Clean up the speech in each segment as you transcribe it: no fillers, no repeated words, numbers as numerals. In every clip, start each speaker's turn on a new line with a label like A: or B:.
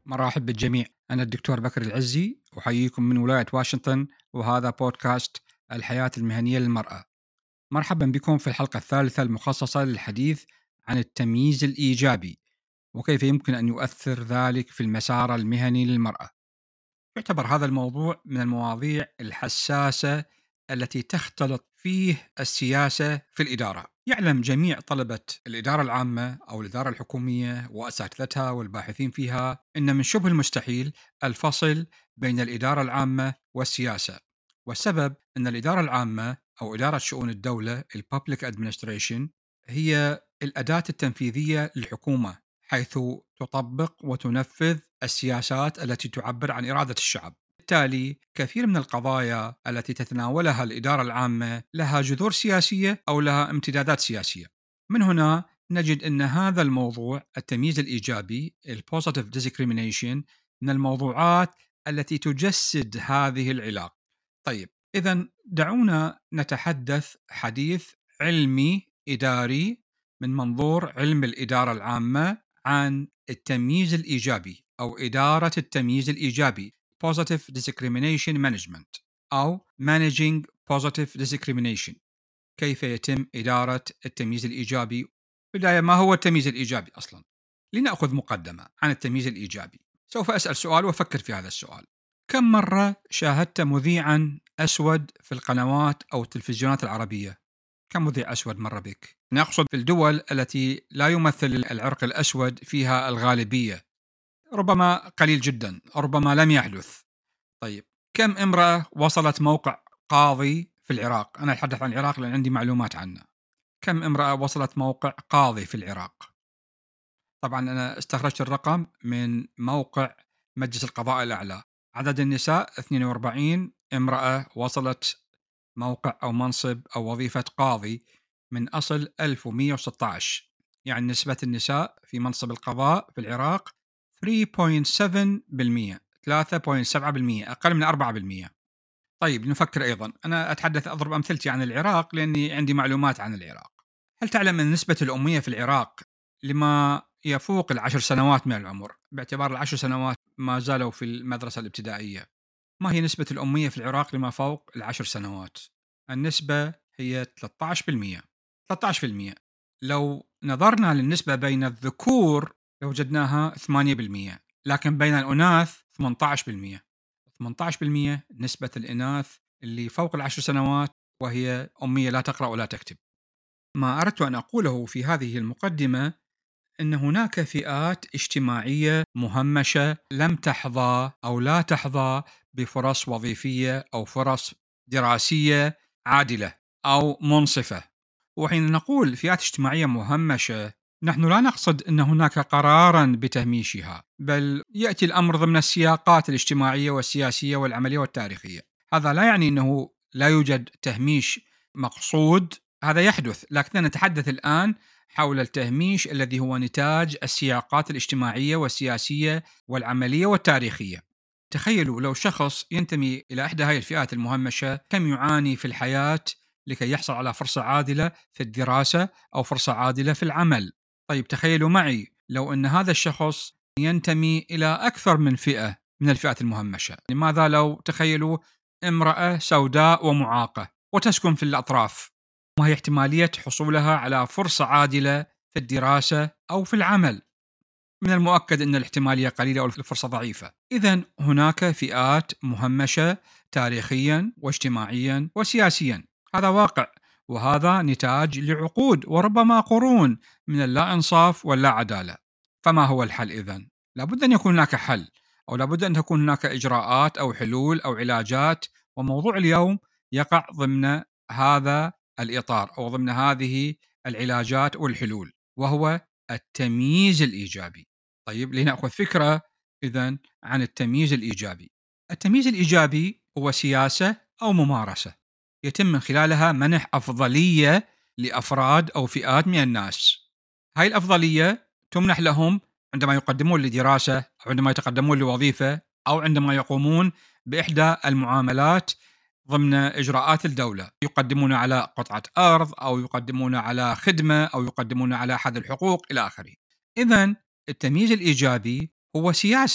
A: مرحب بالجميع. أنا الدكتور بكر العزي، أحييكم من ولاية واشنطن، وهذا بودكاست الحياة المهنية للمرأة. مرحبا بكم في الحلقة الثالثة المخصصة للحديث عن التمييز الإيجابي وكيف يمكن أن يؤثر ذلك في المسار المهني للمرأة. يعتبر هذا الموضوع من المواضيع الحساسة التي تختلط فيه السياسة في الإدارة. يعلم جميع طلبة الإدارة العامة أو الإدارة الحكومية وأساتذتها والباحثين فيها أن من شبه المستحيل الفصل بين الإدارة العامة والسياسة، والسبب أن الإدارة العامة أو إدارة شؤون الدولة Public Administration هي الأداة التنفيذية للحكومة، حيث تطبق وتنفذ السياسات التي تعبر عن إرادة الشعب. بالتالي كثير من القضايا التي تتناولها الإدارة العامة لها جذور سياسية أو لها امتدادات سياسية. من هنا نجد أن هذا الموضوع التمييز الإيجابي Positive Discrimination من الموضوعات التي تجسد هذه العلاقة. طيب، إذن دعونا نتحدث حديث علمي إداري من منظور علم الإدارة العامة عن التمييز الإيجابي أو إدارة التمييز الإيجابي Positive Discrimination Management أو Managing Positive Discrimination. كيف يتم إدارة التمييز الإيجابي؟ بداية، ما هو التمييز الإيجابي أصلاً؟ لنأخذ مقدمة عن التمييز الإيجابي. سوف أسأل سؤال وأفكر في هذا السؤال. كم مرة شاهدت مذيعاً أسود في القنوات أو التلفزيونات العربية؟ كم مذيع أسود مر بك؟ نقصد في الدول التي لا يمثل العرق الأسود فيها الغالبية، ربما قليل جدا، ربما لم يحدث. طيب، كم امرأة وصلت موقع قاضي في العراق؟ أنا أتحدث عن العراق لأن عندي معلومات عنه. كم امرأة وصلت موقع قاضي في العراق؟ طبعا أنا استخرجت الرقم من موقع مجلس القضاء الأعلى. عدد النساء 42 امرأة وصلت موقع أو منصب أو وظيفة قاضي من أصل 1116. يعني نسبة النساء في منصب القضاء في العراق 3.7%، 3.7%، أقل من 4%. طيب، نفكر أيضا. أنا أضرب أمثلتي عن العراق لأني عندي معلومات عن العراق. هل تعلم أن نسبة الأمية في العراق لما يفوق 10 سنوات من العمر، باعتبار 10 سنوات ما زالوا في المدرسة الابتدائية؟ ما هي نسبة الأمية في العراق لما فوق 10 سنوات؟ النسبة هي 13%. 13%. لو نظرنا للنسبة بين الذكور لوجدناها 8%، لكن بين الأناث 18%. 18% نسبة الإناث اللي فوق 10 سنوات وهي أمية لا تقرأ ولا تكتب. ما أردت أن أقوله في هذه المقدمة أن هناك فئات اجتماعية مهمشة لم تحظى أو لا تحظى بفرص وظيفية أو فرص دراسية عادلة أو منصفة. وحين نقول فئات اجتماعية مهمشة، نحن لا نقصد أن هناك قراراً بتهميشها، بل يأتي الأمر ضمن السياقات الاجتماعية والسياسية والعملية والتاريخية. هذا لا يعني أنه لا يوجد تهميش مقصود، هذا يحدث، لكننا نتحدث الآن حول التهميش الذي هو نتاج السياقات الاجتماعية والسياسية والعملية والتاريخية. تخيلوا لو شخص ينتمي إلى إحدى هذه الفئات المهمشة كم يعاني في الحياة لكي يحصل على فرصة عادلة في الدراسة أو فرصة عادلة في العمل. طيب، تخيلوا معي لو أن هذا الشخص ينتمي إلى أكثر من فئة من الفئات المهمشة. لماذا لو تخيلوا امرأة سوداء ومعاقة وتسكن في الأطراف؟ ما هي احتمالية حصولها على فرصة عادلة في الدراسة أو في العمل؟ من المؤكد أن الاحتمالية قليلة أو الفرصة ضعيفة. إذن هناك فئات مهمشة تاريخيا واجتماعيا وسياسيا، هذا واقع، وهذا نتاج لعقود وربما قرون من اللا إنصاف واللا عدالة. فما هو الحل إذن؟ لابد أن يكون هناك حل، أو لابد أن تكون هناك إجراءات أو حلول أو علاجات، وموضوع اليوم يقع ضمن هذا الإطار أو ضمن هذه العلاجات والحلول، وهو التمييز الإيجابي. طيب، لنأخذ فكرة إذن عن التمييز الإيجابي. التمييز الإيجابي هو سياسة أو ممارسة يتم من خلالها منح أفضلية لأفراد أو فئات من الناس. هاي الأفضلية تمنح لهم عندما يقدمون لدراسة أو عندما يتقدمون لوظيفة أو عندما يقومون بإحدى المعاملات ضمن إجراءات الدولة، يقدمون على قطعة أرض أو يقدمون على خدمة أو يقدمون على أحد الحقوق إلى آخره. إذن التمييز الإيجابي هو سياسة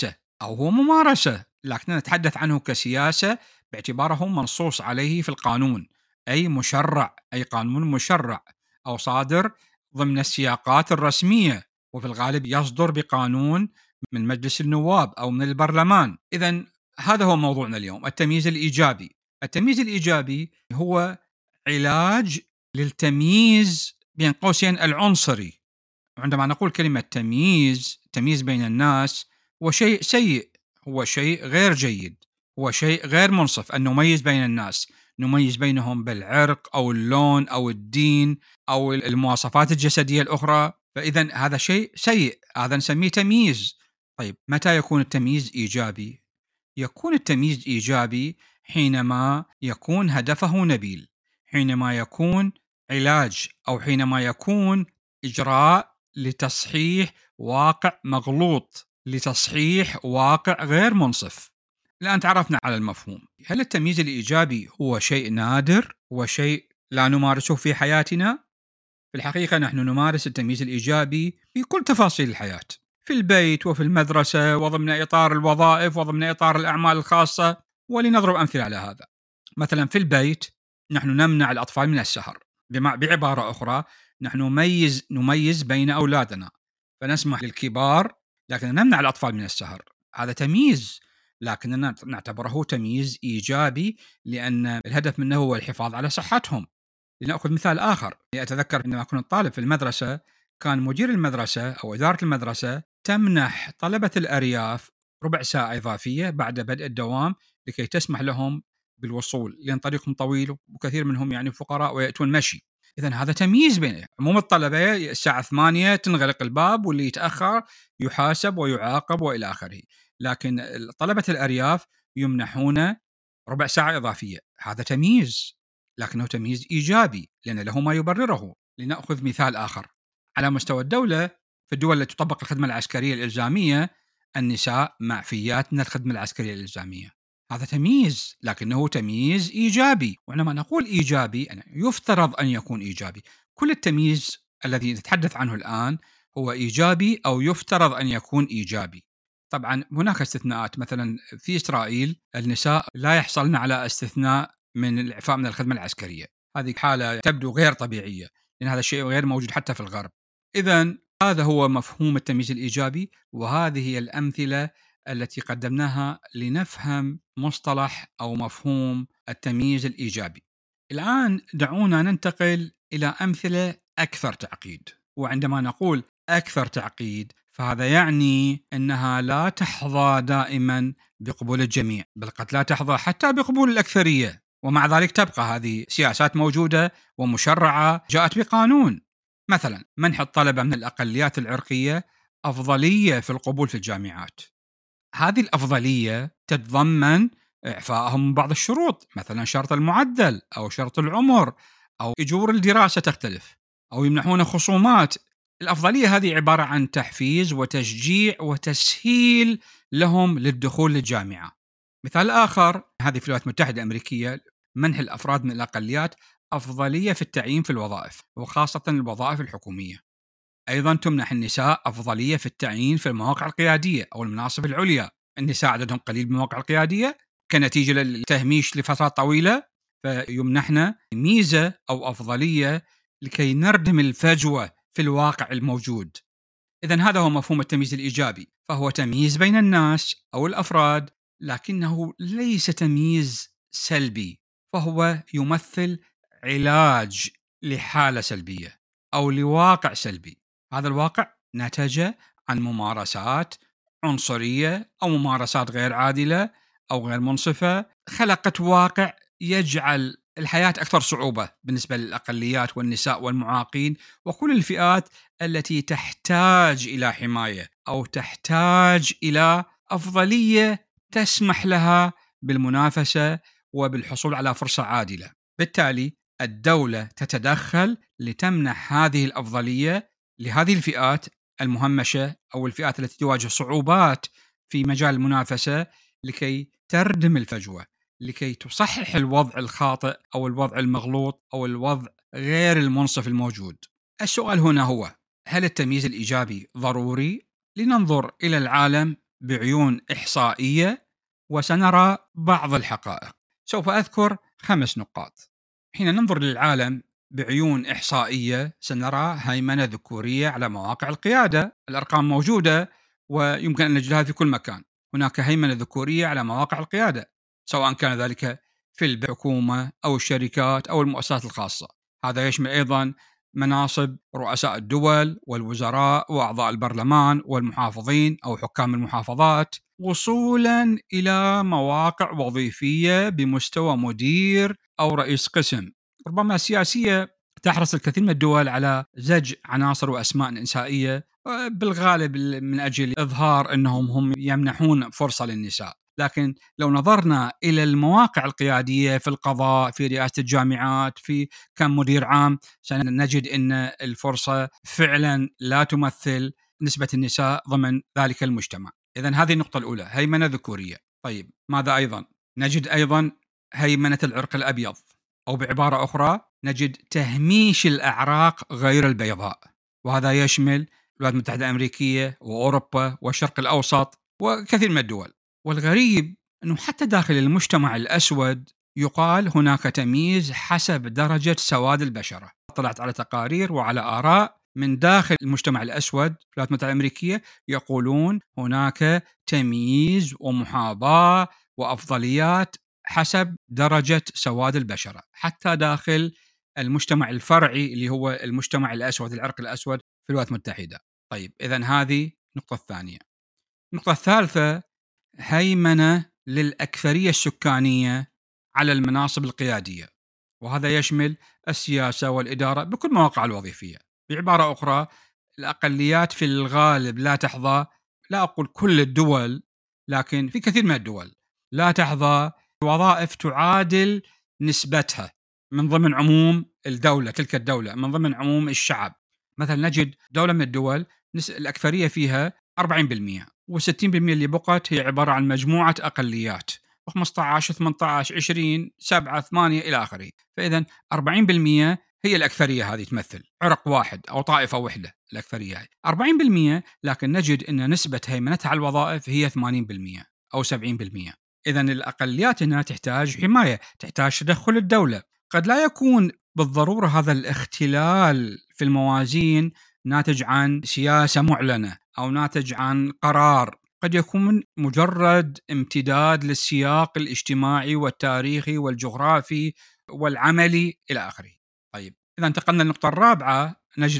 A: أو هو ممارسة، لكننا نتحدث عنه كسياسة باعتباره منصوص عليه في القانون، أي مشرع، أي قانون مشرع أو صادر ضمن السياقات الرسمية، وفي الغالب يصدر بقانون من مجلس النواب أو من البرلمان. إذن هذا هو موضوعنا اليوم، التمييز الإيجابي. التمييز الإيجابي هو علاج للتمييز بين قوسين العنصري. عندما نقول كلمة تمييز بين الناس، هو شيء سيء، هو شيء غير جيد، هو شيء غير منصف أن نميز بين الناس، نميز بينهم بالعرق أو اللون أو الدين أو المواصفات الجسدية الأخرى. فإذا هذا شيء سيء، هذا نسميه تمييز. طيب متى يكون التمييز إيجابي؟ يكون التمييز إيجابي حينما يكون هدفه نبيل، حينما يكون علاج، أو حينما يكون إجراء لتصحيح واقع مغلوط، لتصحيح واقع غير منصف. الآن تعرفنا على المفهوم. هل التمييز الإيجابي هو شيء نادر؟ هو شيء لا نمارسه في حياتنا؟ في الحقيقة نحن نمارس التمييز الإيجابي في كل تفاصيل الحياة، في البيت وفي المدرسة وضمن إطار الوظائف وضمن إطار الأعمال الخاصة. ولنضرب أمثلة على هذا. مثلا في البيت نحن نمنع الأطفال من السهر، بعبارة أخرى نحن نميز بين أولادنا، فنسمح للكبار لكن نمنع الأطفال من السهر. هذا تمييز، لكننا نعتبره تمييز إيجابي لأن الهدف منه هو الحفاظ على صحتهم. لنأخذ مثال آخر. أتذكر عندما كنت طالب في المدرسة، كان مدير المدرسة أو إدارة المدرسة تمنح طلبة الأرياف ربع ساعة إضافية بعد بدء الدوام لكي تسمح لهم بالوصول، لأن طريقهم طويل وكثير منهم يعني فقراء ويأتون مشي. إذن هذا تمييز بين عموم الطلبة. الساعة 8 تنغلق الباب، واللي يتأخر يحاسب ويعاقب وإلى آخره. لكن طلبة الأرياف يمنحون ربع ساعة إضافية. هذا تمييز، لكنه تمييز إيجابي لأن له ما يبرره. لنأخذ مثال آخر. على مستوى الدولة، في الدول التي تطبق الخدمة العسكرية الإلزامية، النساء معفيات من الخدمة العسكرية الإلزامية. هذا تمييز، لكنه تمييز إيجابي. وعندما نقول إيجابي يفترض أن يكون إيجابي. كل التمييز الذي نتحدث عنه الآن هو إيجابي أو يفترض أن يكون إيجابي. طبعا هناك استثناءات. مثلا في إسرائيل النساء لا يحصلن على استثناء من الإعفاء من الخدمة العسكرية. هذه حالة تبدو غير طبيعية، لأن هذا الشيء غير موجود حتى في الغرب. إذن هذا هو مفهوم التمييز الإيجابي، وهذه هي الأمثلة التي قدمناها لنفهم مصطلح أو مفهوم التمييز الإيجابي. الآن دعونا ننتقل إلى أمثلة أكثر تعقيد. وعندما نقول أكثر تعقيد فهذا يعني أنها لا تحظى دائما بقبول الجميع، بل قد لا تحظى حتى بقبول الأكثرية، ومع ذلك تبقى هذه سياسات موجودة ومشرعة جاءت بقانون. مثلا منح الطلبة من الأقليات العرقية أفضلية في القبول في الجامعات. هذه الأفضلية تتضمن إعفائهم من بعض الشروط، مثلا شرط المعدل أو شرط العمر أو أجور الدراسة تختلف، أو يمنحون خصومات. الأفضلية هذه عبارة عن تحفيز وتشجيع وتسهيل لهم للدخول للجامعة. مثال آخر، هذه في الولايات المتحدة الأمريكية، منح الأفراد من الأقليات أفضلية في التعيين في الوظائف، وخاصة الوظائف الحكومية. أيضا تمنح النساء أفضلية في التعيين في المواقع القيادية أو المناصب العليا. النساء عددهم قليل بالمواقع القيادية كنتيجة للتهميش لفترات طويلة، فيمنحنا ميزة أو أفضلية لكي نردم الفجوة في الواقع الموجود. إذن هذا هو مفهوم التمييز الإيجابي، فهو تمييز بين الناس أو الأفراد، لكنه ليس تمييز سلبي، فهو يمثل علاج لحالة سلبية أو لواقع سلبي. هذا الواقع نتج عن ممارسات عنصرية أو ممارسات غير عادلة أو غير منصفة، خلقت واقع يجعل الحياة أكثر صعوبة بالنسبة للأقليات والنساء والمعاقين وكل الفئات التي تحتاج إلى حماية أو تحتاج إلى أفضلية تسمح لها بالمنافسة وبالحصول على فرصة عادلة. بالتالي الدولة تتدخل لتمنح هذه الأفضلية لهذه الفئات المهمشة أو الفئات التي تواجه صعوبات في مجال المنافسة، لكي تردم الفجوة، لكي تصحح الوضع الخاطئ أو الوضع المغلوط أو الوضع غير المنصف الموجود. السؤال هنا هو: هل التمييز الإيجابي ضروري؟ لننظر إلى العالم بعيون إحصائية وسنرى بعض الحقائق. سوف أذكر 5 نقاط. حين ننظر للعالم بعيون إحصائية سنرى هيمنة ذكورية على مواقع القيادة. الأرقام موجودة ويمكن أن نجدها في كل مكان. هناك هيمنة ذكورية على مواقع القيادة، سواء كان ذلك في الحكومة أو الشركات أو المؤسسات الخاصة. هذا يشمل أيضا مناصب رؤساء الدول والوزراء وأعضاء البرلمان والمحافظين أو حكام المحافظات، وصولا إلى مواقع وظيفية بمستوى مدير أو رئيس قسم. ربما سياسية تحرص الكثير من الدول على زج عناصر وأسماء نسائية بالغالب من أجل إظهار أنهم هم يمنحون فرصة للنساء. لكن لو نظرنا إلى المواقع القيادية في القضاء، في رئاسة الجامعات، في كم مدير عام، سنجد أن الفرصة فعلا لا تمثل نسبة النساء ضمن ذلك المجتمع. إذن هذه النقطة الأولى، هيمنة ذكورية. طيب ماذا أيضا؟ نجد أيضا هيمنة العرق الأبيض، أو بعبارة أخرى نجد تهميش الأعراق غير البيضاء، وهذا يشمل الولايات المتحدة الأمريكية وأوروبا والشرق الأوسط وكثير من الدول. والغريب أنه حتى داخل المجتمع الأسود يقال هناك تمييز حسب درجة سواد البشرة. طلعت على تقارير وعلى آراء من داخل المجتمع الأسود في الولايات المتحدة الأمريكية يقولون هناك تمييز ومحاباة وأفضليات حسب درجة سواد البشرة حتى داخل المجتمع الفرعي اللي هو المجتمع الأسود، العرق الأسود في الولايات المتحدة. طيب إذن هذه النقطة الثانية. النقطة الثالثة، هيمنة للأكثرية السكانية على المناصب القيادية، وهذا يشمل السياسة والإدارة بكل مواقع الوظيفية. بعبارة أخرى الأقليات في الغالب لا تحظى، لا أقول كل الدول، لكن في كثير من الدول لا تحظى وظائف تعادل نسبتها من ضمن عموم الدولة، تلك الدولة من ضمن عموم الشعب. مثلا نجد دولة من الدول الأكثرية فيها 40%، و60% اللي بقت هي عبارة عن مجموعة أقليات 15 18 20 7 8 إلى آخره. فإذا 40% هي الأكثرية، هذه تمثل عرق واحد أو طائفة وحدة. الأكثرية هي 40%، لكن نجد أن نسبة هيمنتها على الوظائف هي 80% أو 70%. إذا الأقليات هنا تحتاج حماية، تحتاج تدخل الدولة. قد لا يكون بالضرورة هذا الاختلال في الموازين ناتج عن سياسة معلنة أو ناتج عن قرار، قد يكون مجرد امتداد للسياق الاجتماعي والتاريخي والجغرافي والعملي إلى آخره. طيب إذا انتقلنا للنقطة الرابعة،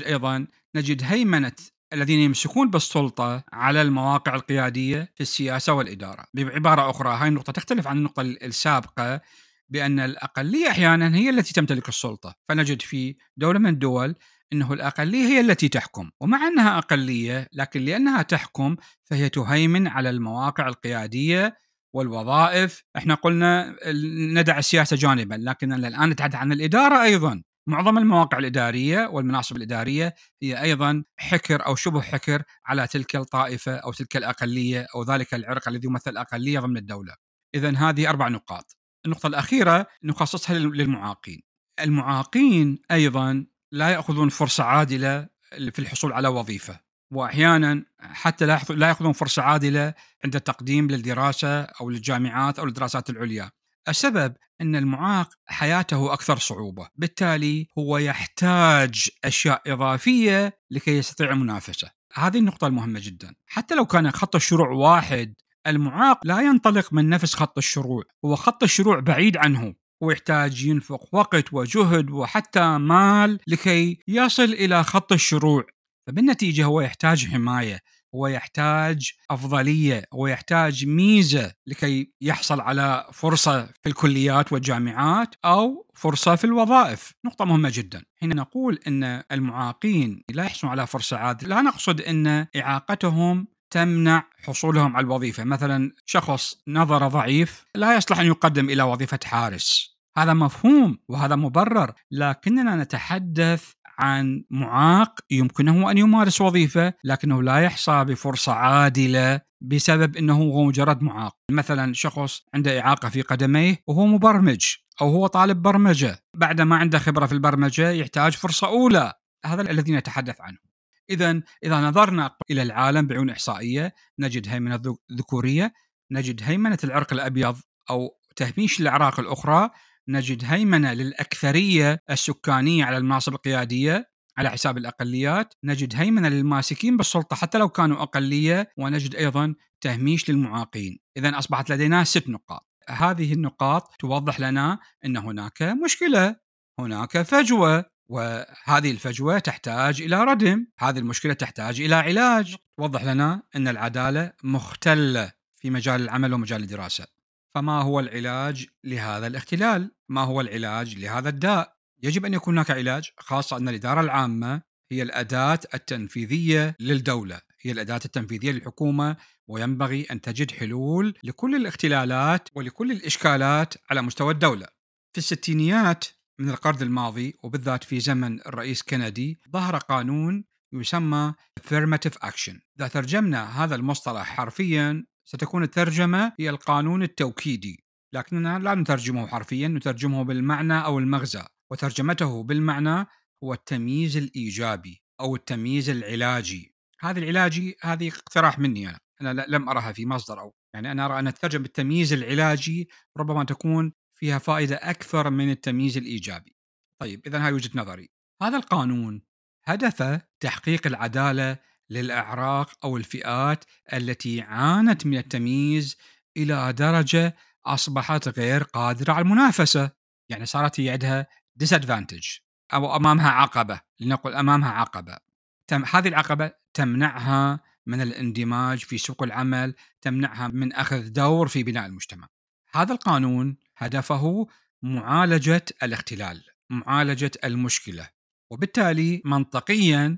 A: نجد هيمنة الذين يمسكون بالسلطة على المواقع القيادية في السياسة والإدارة. بعبارة أخرى هاي النقطة تختلف عن النقطة السابقة، بأن الأقلية أحيانا هي التي تمتلك السلطة. فنجد في دولة من الدول أنه الأقلية هي التي تحكم، ومع أنها أقلية لكن لأنها تحكم فهي تهيمن على المواقع القيادية والوظائف. احنا قلنا ندع السياسة جانبا، لكن الآن نتحدث عن الإدارة أيضا. معظم المواقع الإدارية والمناصب الإدارية هي أيضا حكر أو شبه حكر على تلك الطائفة أو تلك الأقلية أو ذلك العرق الذي يمثل الأقلية ضمن الدولة. إذن هذه 4 نقاط. النقطة الأخيرة نخصصها للمعاقين. المعاقين أيضا لا يأخذون فرصة عادلة في الحصول على وظيفة، وأحيانا حتى لا يأخذون فرصة عادلة عند التقديم للدراسة أو للجامعات أو الدراسات العليا. السبب أن المعاق حياته أكثر صعوبة، بالتالي هو يحتاج أشياء إضافية لكي يستطيع المنافسة. هذه النقطة المهمة جدا. حتى لو كان خط الشروع واحد، المعاق لا ينطلق من نفس خط الشروع، هو خط الشروع بعيد عنه، ويحتاج ينفق وقت وجهد وحتى مال لكي يصل إلى خط الشروع. فبالنتيجة هو يحتاج حماية، هو يحتاج أفضلية، هو يحتاج ميزة لكي يحصل على فرصة في الكليات والجامعات أو فرصة في الوظائف. نقطة مهمة جدا. حين نقول أن المعاقين لا يحصلون على فرصة عادلة، لا نقصد أن إعاقتهم تمنع حصولهم على الوظيفة. مثلا شخص نظر ضعيف لا يصلح أن يقدم إلى وظيفة حارس، هذا مفهوم وهذا مبرر، لكننا نتحدث عن معاق يمكنه أن يمارس وظيفة لكنه لا يحصى بفرصة عادلة بسبب أنه هو مجرد معاق. مثلا شخص عنده إعاقة في قدميه وهو مبرمج أو هو طالب برمجة، بعد ما عنده خبرة في البرمجة يحتاج فرصة أولى. هذا الذي نتحدث عنه. إذا نظرنا إلى العالم بعيون إحصائية نجد هيمنة ذكورية، نجد هيمنة العرق الأبيض أو تهميش الأعراق الأخرى، نجد هيمنة للأكثرية السكانية على المناصب القيادية على حساب الأقليات، نجد هيمنة للماسكين بالسلطة حتى لو كانوا أقلية، ونجد أيضا تهميش للمعاقين. إذن أصبحت لدينا 6 نقاط. هذه النقاط توضح لنا أن هناك مشكلة، هناك فجوة، وهذه الفجوة تحتاج إلى ردم، هذه المشكلة تحتاج إلى علاج. توضح لنا أن العدالة مختلة في مجال العمل ومجال الدراسة. فما هو العلاج لهذا الاختلال؟ ما هو العلاج لهذا الداء؟ يجب أن يكون هناك علاج، خاصة أن الإدارة العامة هي الأداة التنفيذية للدولة، هي الأداة التنفيذية للحكومة، وينبغي أن تجد حلول لكل الاختلالات ولكل الإشكالات على مستوى الدولة. في الستينيات من القرن الماضي وبالذات في زمن الرئيس كندي ظهر قانون يسمى Affirmative Action. إذا ترجمنا هذا المصطلح حرفيا ستكون الترجمة هي القانون التوكيدي، لكننا لا نترجمه حرفيا، نترجمه بالمعنى أو المغزى، وترجمته بالمعنى هو التمييز الإيجابي أو التمييز العلاجي. هذه اقتراح مني أنا لم أرها في مصدر، أو يعني أنا أرى أن ترجمة التمييز العلاجي ربما تكون فيها فائدة أكثر من التمييز الإيجابي. طيب إذن هاي وجهة نظري. هذا القانون هدفه تحقيق العدالة للأعراق أو الفئات التي عانت من التمييز إلى درجة أصبحت غير قادرة على المنافسة، يعني صارت هي عندها disadvantage أو أمامها عقبة، لنقل أمامها عقبة. هذه العقبة تمنعها من الاندماج في سوق العمل، تمنعها من أخذ دور في بناء المجتمع. هذا القانون هدفه معالجة الاختلال، معالجة المشكلة، وبالتالي منطقيا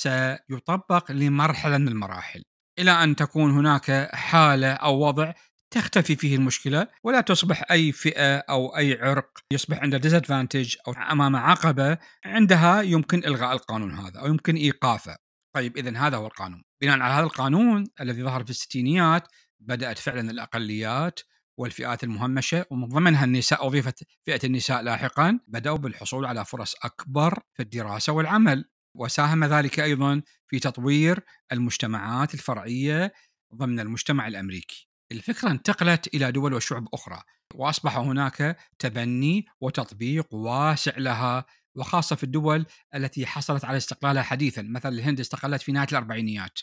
A: سيطبق لمرحلة من المراحل إلى أن تكون هناك حالة أو وضع تختفي فيه المشكلة، ولا تصبح أي فئة أو أي عرق يصبح عنده disadvantage أو أمام عقبة، عندها يمكن إلغاء القانون هذا أو يمكن إيقافه. طيب إذن هذا هو القانون. بناء على هذا القانون الذي ظهر في الستينيات بدأت فعلا الأقليات والفئات المهمشة، ومن ضمنها النساء، أضيفت فئة النساء لاحقا، بدأوا بالحصول على فرص أكبر في الدراسة والعمل، وساهم ذلك أيضا في تطوير المجتمعات الفرعية ضمن المجتمع الأمريكي. الفكرة انتقلت إلى دول وشعوب أخرى، وأصبح هناك تبني وتطبيق واسع لها، وخاصة في الدول التي حصلت على استقلالها حديثا. مثلا الهند استقلت في نهاية الأربعينيات،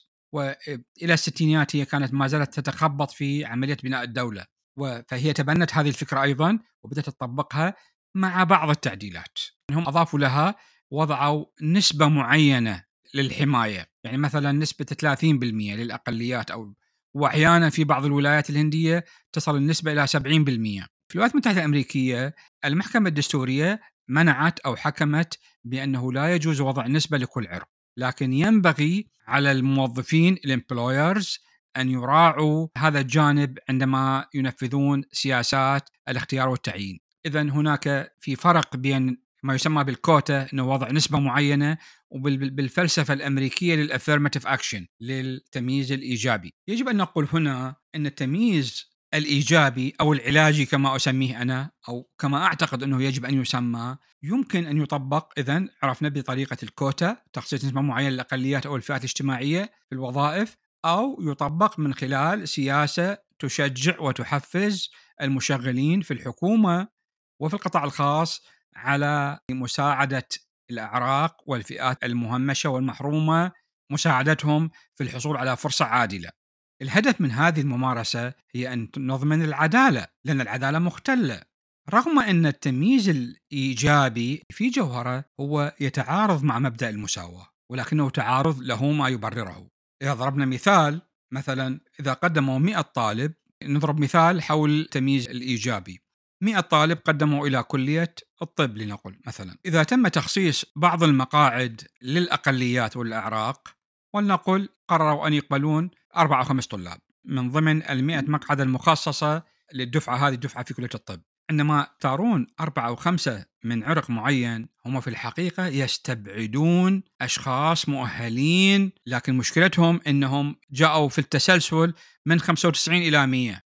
A: وإلى الستينيات هي كانت ما زالت تتخبط في عملية بناء الدولة، فهي تبنت هذه الفكرة أيضا وبدأت تطبقها مع بعض التعديلات. هم أضافوا لها، وضعوا نسبة معينة للحماية، يعني مثلا نسبة 30% للأقليات، وأحيانا في بعض الولايات الهندية تصل النسبة إلى 70%. في الولايات المتحدة الأمريكية المحكمة الدستورية منعت أو حكمت بأنه لا يجوز وضع نسبة لكل عرق، لكن ينبغي على الموظفين الامبلويرز أن يراعوا هذا الجانب عندما ينفذون سياسات الاختيار والتعيين. إذن هناك في فرق بين ما يسمى بالكوتا، أنه وضع نسبة معينة، وبالفلسفة الأمريكية للأفيرماتيف أكشن، للتمييز الإيجابي. يجب أن نقول هنا أن التمييز الإيجابي أو العلاجي كما أسميه أنا، أو كما أعتقد أنه يجب أن يسمى، يمكن أن يطبق إذن عرفنا بطريقة الكوتا، تخصيص نسبة معينة للأقليات أو الفئات الاجتماعية في الوظائف، أو يطبق من خلال سياسة تشجع وتحفز المشغلين في الحكومة وفي القطاع الخاص على مساعدة الأعراق والفئات المهمشة والمحرومة، مساعدتهم في الحصول على فرصة عادلة. الهدف من هذه الممارسة هي أن نضمن العدالة، لأن العدالة مختلة. رغم أن التمييز الإيجابي في جوهره هو يتعارض مع مبدأ المساواة، ولكنه تعارض له ما يبرره. إذا ضربنا مثال، مثلا إذا قدموا 100 طالب، نضرب مثال حول التمييز الإيجابي، 100 طالب قدموا إلى كلية الطب لنقل مثلا، إذا تم تخصيص بعض المقاعد للأقليات والأعراق، ولنقل قرروا أن يقبلون 4 أو 5 طلاب من ضمن 100 مقعد المخصصة للدفعة هذه، الدفعة في كلية الطب، عندما ترون 4 أو 5 من عرق معين، هم في الحقيقة يستبعدون أشخاص مؤهلين، لكن مشكلتهم أنهم جاءوا في التسلسل من 95 إلى 100،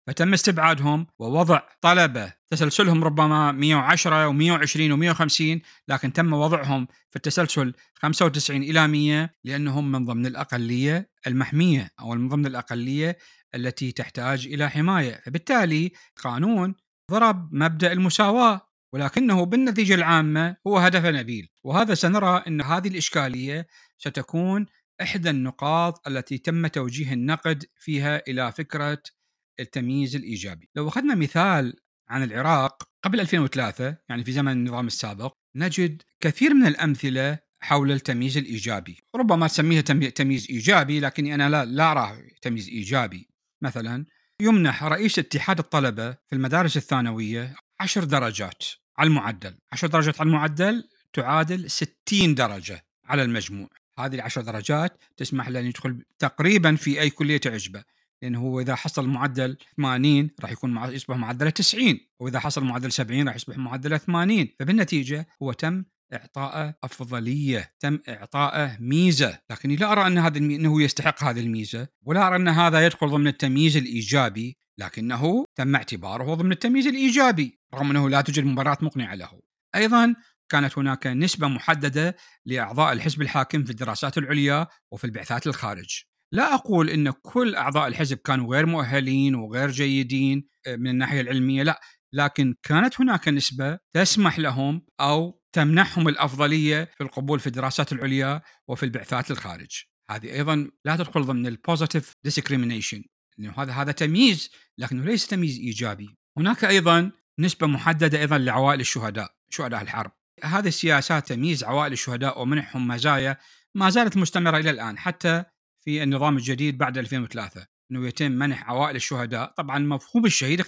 A: فتم استبعادهم ووضع طلبة تسلسلهم ربما 110 و120 و150، لكن تم وضعهم في التسلسل 95 إلى 100 لأنهم من ضمن الأقلية المحمية أو من ضمن الأقلية التي تحتاج إلى حماية. فبالتالي قانون ضرب مبدأ المساواة، ولكنه بالنتيجة العامة هو هدف نبيل. وهذا سنرى أن هذه الإشكالية ستكون إحدى النقاط التي تم توجيه النقد فيها إلى فكرة التمييز الإيجابي. لو أخذنا مثال عن العراق قبل 2003، يعني في زمن النظام السابق، نجد كثير من الأمثلة حول التمييز الإيجابي. ربما تسميها تمييز إيجابي، لكني أنا لا أراه تمييز إيجابي. مثلا يمنح رئيس اتحاد الطلبة في المدارس الثانوية 10 درجات على المعدل. 10 درجات على المعدل تعادل 60 درجة على المجموع. هذه 10 درجات تسمح له أن يدخل تقريبا في أي كلية تعجبه، لأنه هو إذا حصل معدل 80 راح يكون يصبح معدله 90، وإذا حصل معدل 70 راح يصبح معدله 80. فبالنتيجة هو تم إعطائه أفضلية، تم إعطائه ميزة. لكني لا أرى أن أنه يستحق هذه الميزة، ولا أرى أن هذا يدخل ضمن التمييز الإيجابي، لكنه تم اعتباره ضمن التمييز الإيجابي رغم أنه لا توجد مبررات مقنعة له. أيضا كانت هناك نسبة محددة لأعضاء الحزب الحاكم في الدراسات العليا وفي البعثات الخارج. لا أقول إن كل أعضاء الحزب كانوا غير مؤهلين وغير جيدين من الناحية العلمية، لا، لكن كانت هناك نسبة تسمح لهم أو تمنحهم الأفضلية في القبول في الدراسات العليا وفي البعثات الخارج. هذه أيضا لا تدخل ضمن البوزيتيف discrimination، إنه هذا تمييز لكنه ليس تمييز إيجابي. هناك أيضا نسبة محددة أيضا لعوائل الشهداء، شهداء الحرب. هذه السياسات تمييز عوائل الشهداء ومنحهم مزايا ما زالت مستمرة إلى الآن، حتى في النظام الجديد بعد 2003 أنه يتم منح عوائل الشهداء. طبعا مفهوم الشهيد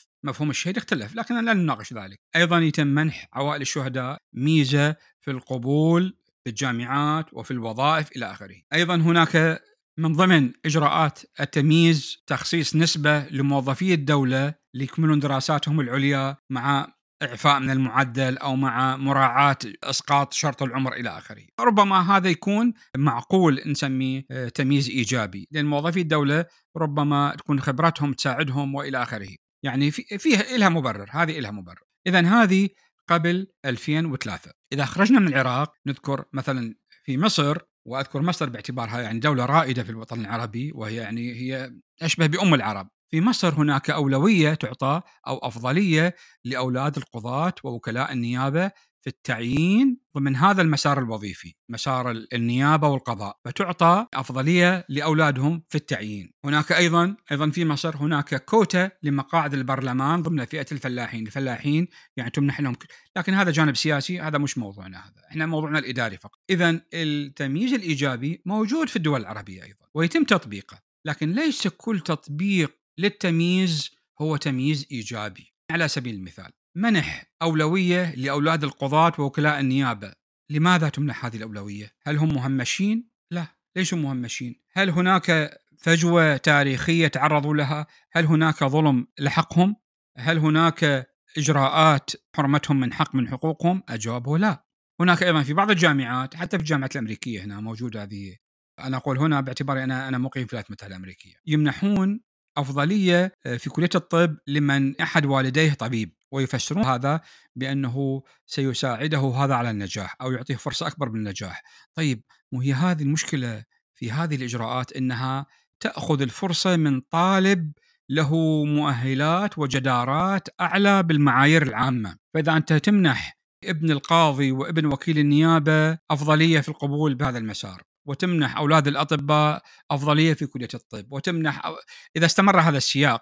A: اختلف، لكن لا نناقش ذلك. أيضا يتم منح عوائل الشهداء ميزة في القبول في الجامعات وفي الوظائف إلى آخره. أيضا هناك من ضمن إجراءات التمييز تخصيص نسبة لموظفي الدولة ليكملون دراساتهم العليا مع إعفاء من المعدل أو مع مراعاة إسقاط شرط العمر إلى آخره. ربما هذا يكون معقول نسميه تمييز إيجابي، لأن موظفي الدولة ربما تكون خبرتهم تساعدهم وإلى آخره، يعني فيها إلها مبرر، هذه إلها مبرر. إذن هذه قبل 2003. إذا خرجنا من العراق نذكر مثلا في مصر، وأذكر مصر باعتبارها يعني دولة رائدة في الوطن العربي، وهي يعني هي أشبه بأم العرب. في مصر هناك أولوية تعطى أو أفضلية لأولاد القضاة ووكلاء النيابة في التعيين ضمن هذا المسار الوظيفي، مسار النيابة والقضاء، فتعطى أفضلية لأولادهم في التعيين. هناك أيضا في مصر هناك كوتا لمقاعد البرلمان ضمن فئة الفلاحين يعني تمنح لهم، لكن هذا جانب سياسي، هذا مش موضوعنا، هذا احنا موضوعنا الإداري فقط. إذن التمييز الإيجابي موجود في الدول العربية أيضا ويتم تطبيقه، لكن ليس كل تطبيق للتمييز هو تمييز إيجابي. على سبيل المثال منح أولوية لأولاد القضاة ووكلاء النيابة. لماذا تمنح هذه الأولوية؟ هل هم مهمشين؟ لا، ليسوا مهمشين. هل هناك فجوة تاريخية تعرضوا لها؟ هل هناك ظلم لحقهم؟ هل هناك إجراءات حرمتهم من حقوقهم؟ الجواب هو لا. هناك أيضا في بعض الجامعات، حتى في الجامعات الأمريكية هنا موجودة هذه، أنا أقول هنا باعتباري أنا مقيم في الولايات المتحدة الأمريكية، يمنحون أفضلية في كلية الطب لمن أحد والديه طبيب، ويفسرون هذا بأنه سيساعده هذا على النجاح أو يعطيه فرصة أكبر بالنجاح. طيب، وهي هذه المشكلة في هذه الإجراءات، إنها تأخذ الفرصة من طالب له مؤهلات وجدارات أعلى بالمعايير العامة. فإذا أنت تمنح ابن القاضي وابن وكيل النيابة أفضلية في القبول بهذا المسار، وتمنح أولاد الأطباء أفضلية في كلية الطب، وتمنح، إذا استمر هذا السياق،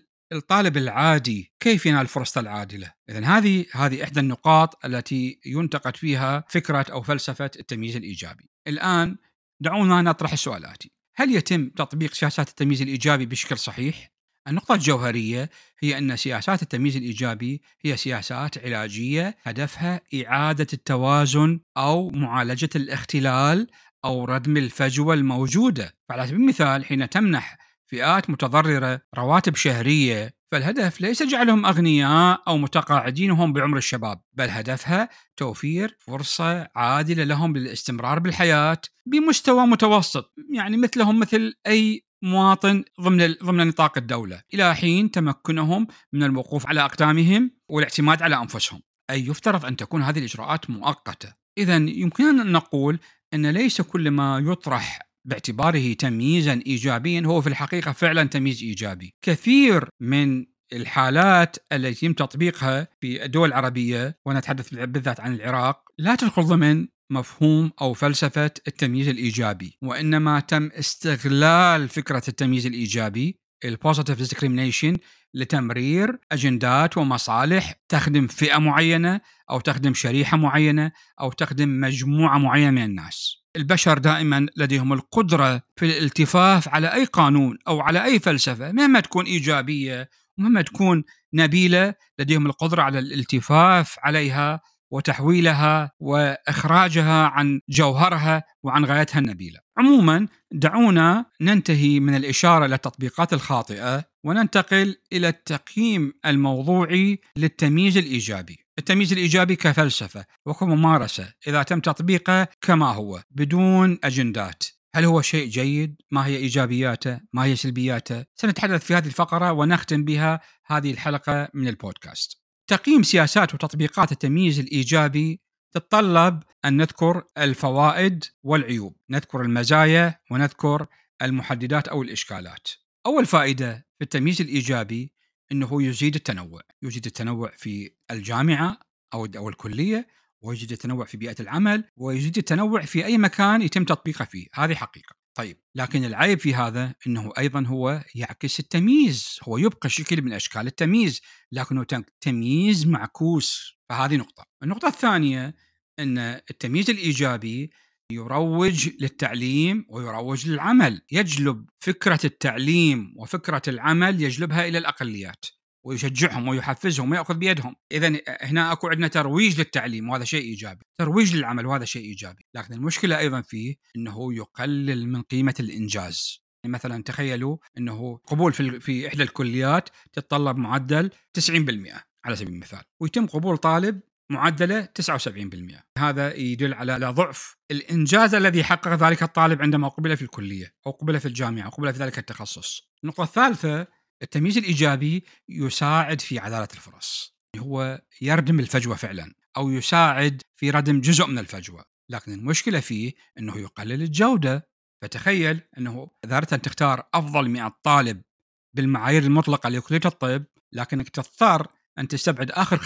A: الطالب العادي كيف ينال الفرصة العادلة؟ إذن هذه إحدى النقاط التي ينتقد فيها فكرة أو فلسفة التمييز الإيجابي. الآن دعونا نطرح السؤال الآتي: هل يتم تطبيق سياسات التمييز الإيجابي بشكل صحيح؟ النقطة الجوهرية هي أن سياسات التمييز الإيجابي هي سياسات علاجية هدفها إعادة التوازن أو معالجة الاختلال أو ردم الفجوة الموجودة. فعلى سبيل المثال، حين تمنح فئات متضررة رواتب شهرية، فالهدف ليس جعلهم أغنياء أو متقاعدين وهم بعمر الشباب، بل هدفها توفير فرصة عادلة لهم للاستمرار بالحياة بمستوى متوسط، يعني مثلهم مثل أي مواطن ضمن نطاق الدولة إلى حين تمكنهم من الوقوف على أقدامهم والاعتماد على أنفسهم. أي يفترض أن تكون هذه الإجراءات مؤقتة. إذن يمكننا أن نقول أن ليس كل ما يطرح باعتباره تمييزا إيجابيا هو في الحقيقة فعلا تمييز إيجابي. كثير من الحالات التي يتم تطبيقها في الدول العربية، ونتحدث بالذات عن العراق، لا تدخل ضمن مفهوم أو فلسفة التمييز الإيجابي، وإنما تم استغلال فكرة التمييز الإيجابي البوزيتيف discrimination لتمرير أجندات ومصالح تخدم فئة معينة أو تخدم شريحة معينة أو تخدم مجموعة معينة من الناس. البشر دائما لديهم القدرة في الالتفاف على أي قانون أو على أي فلسفة مهما تكون إيجابية ومهما تكون نبيلة، لديهم القدرة على الالتفاف عليها وتحويلها وإخراجها عن جوهرها وعن غايتها النبيلة. عموما دعونا ننتهي من الإشارة إلى التطبيقات الخاطئة وننتقل إلى التقييم الموضوعي للتمييز الإيجابي. التمييز الإيجابي كفلسفة وكممارسة إذا تم تطبيقه كما هو بدون أجندات، هل هو شيء جيد؟ ما هي إيجابياته؟ ما هي سلبياته؟ سنتحدث في هذه الفقرة ونختم بها هذه الحلقة من البودكاست. تقييم سياسات وتطبيقات التمييز الإيجابي تتطلب أن نذكر الفوائد والعيوب، نذكر المزايا ونذكر المحددات أو الإشكالات. أول فائدة في التمييز الإيجابي أنه يزيد التنوع، يزيد التنوع في الجامعة أو الكلية، ويزيد التنوع في بيئة العمل، ويزيد التنوع في أي مكان يتم تطبيقه فيه. هذه حقيقة. طيب، لكن العيب في هذا أنه أيضا هو يعكس التمييز، هو يبقى شكل من أشكال التمييز لكنه تمييز معكوس. فهذه نقطة. النقطة الثانية أن التمييز الإيجابي يروج للتعليم ويروج للعمل، يجلب فكرة التعليم وفكرة العمل يجلبها إلى الأقليات ويشجعهم ويحفزهم ويأخذ بيدهم. إذن هنا أكو عندنا ترويج للتعليم وهذا شيء إيجابي، ترويج للعمل وهذا شيء إيجابي، لكن المشكلة أيضا فيه أنه يقلل من قيمة الإنجاز. مثلا تخيلوا أنه قبول في إحدى الكليات تتطلب معدل 90% على سبيل المثال، ويتم قبول طالب معدله 79%. هذا يدل على ضعف الإنجاز الذي حقق ذلك الطالب عندما قبل في الكلية أو قبل في الجامعة أو قبل في ذلك التخصص. النقطة الثالثة، التمييز الإيجابي يساعد في عدالة الفرص، هو يردم الفجوة فعلا أو يساعد في ردم جزء من الفجوة، لكن المشكلة فيه أنه يقلل الجودة. فتخيل أنه إذا أردت أن تختار أفضل 100 طالب بالمعايير المطلقة لكلية الطب، لكنك تضطر أن تستبعد آخر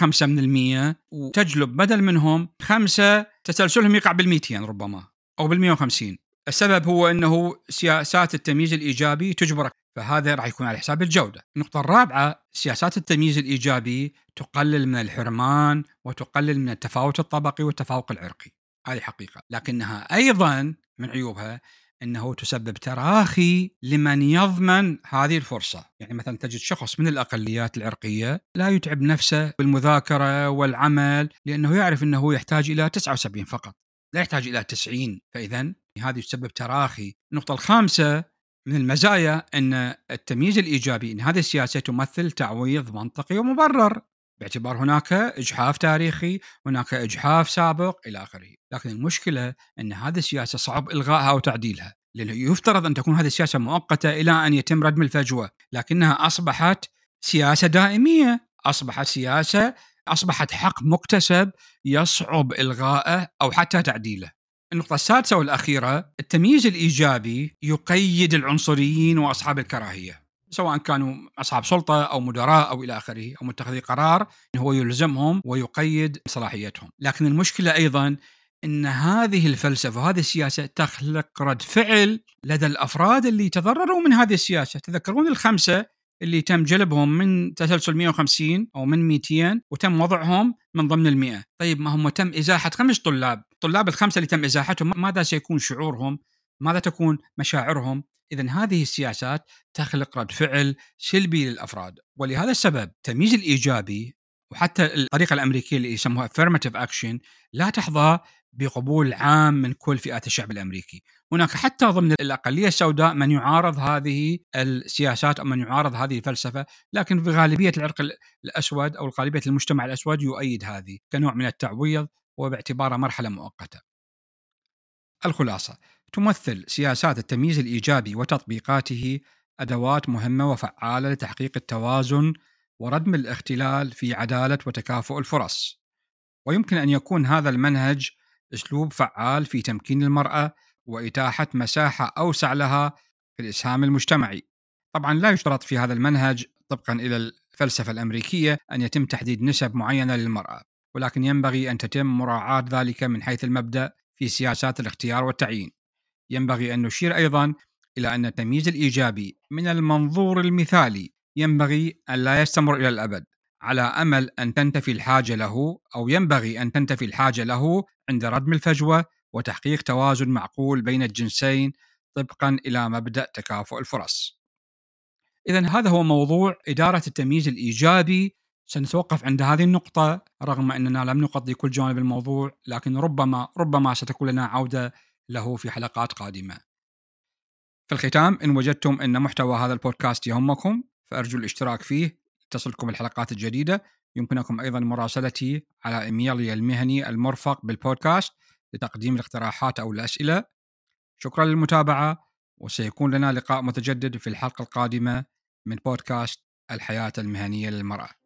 A: 5% وتجلب بدل منهم 5 تسلسلهم يقع بال200 ربما أو بال150. السبب هو أنه سياسات التمييز الإيجابي تجبرك، فهذا راح يكون على حساب الجودة. النقطة الرابعة، سياسات التمييز الإيجابي تقلل من الحرمان وتقلل من التفاوت الطبقي والتفوق العرقي. هذه حقيقة، لكنها أيضا من عيوبها أنه تسبب تراخي لمن يضمن هذه الفرصة. يعني مثلا تجد شخص من الأقليات العرقية لا يتعب نفسه بالمذاكرة والعمل لأنه يعرف أنه يحتاج إلى 79 فقط، لا يحتاج إلى 90. فإذن هذه تسبب تراخي. النقطة الخامسة من المزايا أن التمييز الإيجابي، أن هذه السياسة تمثل تعويض منطقي ومبرر باعتبار هناك إجحاف تاريخي، هناك إجحاف سابق إلى آخره. لكن المشكلة أن هذه السياسة صعب إلغائها أو تعديلها، لأنه يفترض أن تكون هذه السياسة مؤقتة إلى أن يتم ردم الفجوة، لكنها أصبحت سياسة دائمية، أصبحت حق مكتسب يصعب إلغائه أو حتى تعديله. النقطة السادسة والأخيرة، التمييز الإيجابي يقيد العنصريين وأصحاب الكراهية، سواء كانوا أصحاب سلطة أو مدراء أو إلى آخره أو متخذي قرار، هو يلزمهم ويقيد صلاحيتهم. لكن المشكلة أيضا أن هذه الفلسفة وهذه السياسة تخلق رد فعل لدى الأفراد اللي تضرروا من هذه السياسة. تذكرون ال5 اللي تم جلبهم من تسلسل 150 أو من 200 وتم وضعهم من ضمن ال100. طيب، ما هم تم إزاحة 5 طلاب ال5 اللي تم إزاحتهم، ماذا سيكون شعورهم؟ ماذا تكون مشاعرهم؟ إذن هذه السياسات تخلق رد فعل سلبي للأفراد. ولهذا السبب التمييز الإيجابي وحتى الطريقة الأمريكية اللي يسموها affirmative action لا تحظى بقبول عام من كل فئات الشعب الأمريكي. هناك حتى ضمن الأقلية السوداء من يعارض هذه السياسات أو من يعارض هذه الفلسفة، لكن في غالبية العرق الأسود أو غالبية المجتمع الأسود يؤيد هذه كنوع من التعويض وباعتبارها مرحلة مؤقتة. الخلاصة، تمثل سياسات التمييز الإيجابي وتطبيقاته أدوات مهمة وفعالة لتحقيق التوازن وردم الاختلال في عدالة وتكافؤ الفرص. ويمكن أن يكون هذا المنهج أسلوب فعال في تمكين المرأة وإتاحة مساحة أوسع لها في الإسهام المجتمعي. طبعا لا يشترط في هذا المنهج طبقا إلى الفلسفة الأمريكية أن يتم تحديد نسب معينة للمرأة، ولكن ينبغي أن تتم مراعاة ذلك من حيث المبدأ في سياسات الاختيار والتعيين. ينبغي أن نشير أيضا إلى أن التمييز الإيجابي من المنظور المثالي ينبغي أن لا يستمر إلى الأبد، على أمل أن تنتفي الحاجة له، أو ينبغي أن تنتفي الحاجة له عند ردم الفجوة وتحقيق توازن معقول بين الجنسين طبقا إلى مبدأ تكافؤ الفرص. إذن هذا هو موضوع إدارة التمييز الإيجابي. سنتوقف عند هذه النقطة رغم أننا لم نغطي كل جوانب الموضوع، لكن ربما ستكون لنا عودة له في حلقات قادمة. في الختام، إن وجدتم أن محتوى هذا البودكاست يهمكم فأرجو الاشتراك فيه تصلكم الحلقات الجديدة. يمكنكم أيضا مراسلتي على إيميلي المهني المرفق بالبودكاست لتقديم الاقتراحات أو الأسئلة. شكرا للمتابعة، وسيكون لنا لقاء متجدد في الحلقة القادمة من بودكاست الحياة المهنية للمرأة.